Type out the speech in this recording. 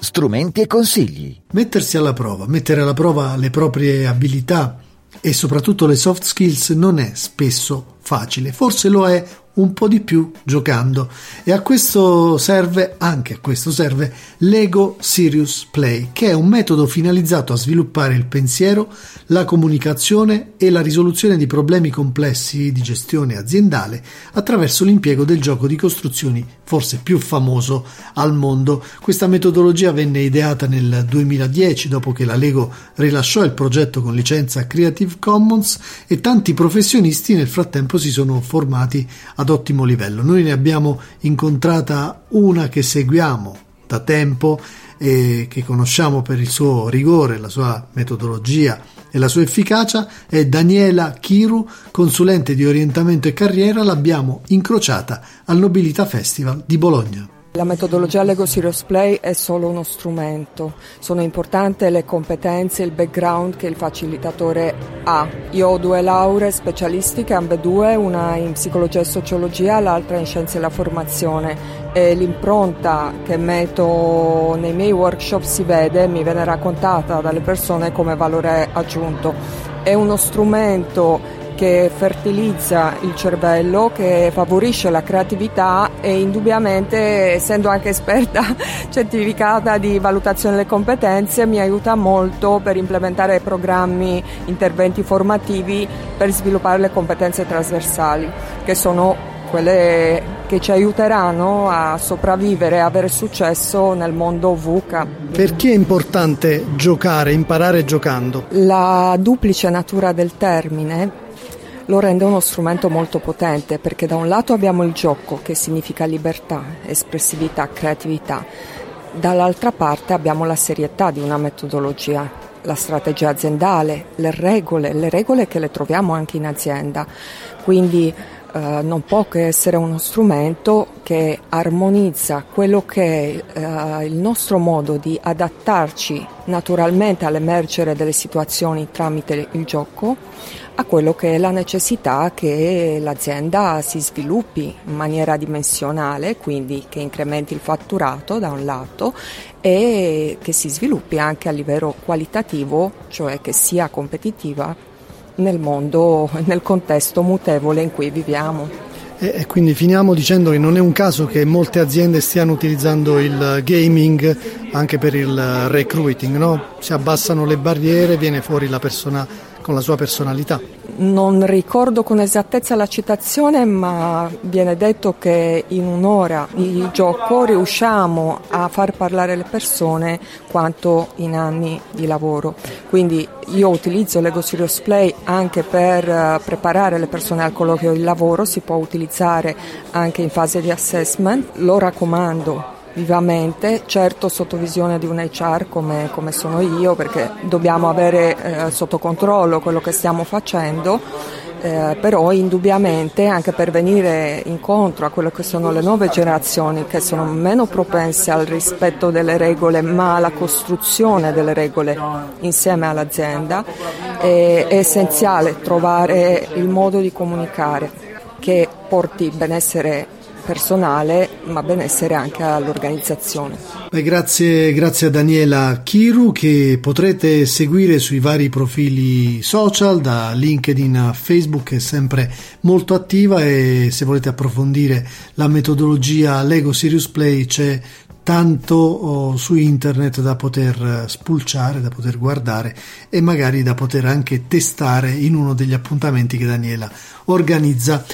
strumenti e consigli. Mettersi alla prova, mettere alla prova le proprie abilità e soprattutto le soft skills non è spesso facile, forse lo è un po' di più giocando, e anche a questo serve Lego Serious Play, che è un metodo finalizzato a sviluppare il pensiero, la comunicazione e la risoluzione di problemi complessi di gestione aziendale attraverso l'impiego del gioco di costruzioni forse più famoso al mondo. Questa metodologia venne ideata nel 2010 dopo che la Lego rilasciò il progetto con licenza Creative Commons, e tanti professionisti nel frattempo si sono formati ad ottimo livello. Noi ne abbiamo incontrata una che seguiamo da tempo e che conosciamo per il suo rigore, la sua metodologia e la sua efficacia. È Daniela Chiru, consulente di orientamento e carriera. L'abbiamo incrociata al Nobilita Festival di Bologna. La metodologia Lego Serious Play è solo uno strumento, sono importanti le competenze, il background che il facilitatore ha. Io ho 2 lauree specialistiche, ambedue, una in psicologia e sociologia, l'altra in scienze della formazione, e l'impronta che metto nei miei workshop si vede, mi viene raccontata dalle persone come valore aggiunto. È uno strumento che fertilizza il cervello, che favorisce la creatività e indubbiamente, essendo anche esperta certificata di valutazione delle competenze, mi aiuta molto per implementare programmi, interventi formativi per sviluppare le competenze trasversali, che sono quelle che ci aiuteranno a sopravvivere e avere successo nel mondo VUCA. Perché è importante giocare, imparare giocando? La duplice natura del termine lo rende uno strumento molto potente, perché da un lato abbiamo il gioco, che significa libertà, espressività, creatività, dall'altra parte abbiamo la serietà di una metodologia, la strategia aziendale, le regole che le troviamo anche in azienda, quindi non può che essere uno strumento che armonizza quello che è il nostro modo di adattarci naturalmente all'emergere delle situazioni tramite il gioco a quello che è la necessità che l'azienda si sviluppi in maniera dimensionale, quindi che incrementi il fatturato da un lato e che si sviluppi anche a livello qualitativo, cioè che sia competitiva nel mondo, nel contesto mutevole in cui viviamo. E quindi finiamo dicendo che non è un caso che molte aziende stiano utilizzando il gaming anche per il recruiting, no? Si abbassano le barriere, viene fuori la persona con la sua personalità. Non ricordo con esattezza la citazione, ma viene detto che in un'ora di gioco riusciamo a far parlare le persone quanto in anni di lavoro. Quindi io utilizzo Lego Serious Play anche per preparare le persone al colloquio di lavoro, si può utilizzare anche in fase di assessment, lo raccomando vivamente, certo sotto visione di un HR come sono io, perché dobbiamo avere sotto controllo quello che stiamo facendo, però indubbiamente anche per venire incontro a quello che sono le nuove generazioni, che sono meno propense al rispetto delle regole ma alla costruzione delle regole insieme all'azienda, è essenziale trovare il modo di comunicare che porti benessere personale ma benessere anche all'organizzazione. Grazie a Daniela Chiru, che potrete seguire sui vari profili social, da LinkedIn a Facebook, è sempre molto attiva, e se volete approfondire la metodologia Lego Serious Play c'è tanto su internet da poter spulciare, da poter guardare e magari da poter anche testare in uno degli appuntamenti che Daniela organizza.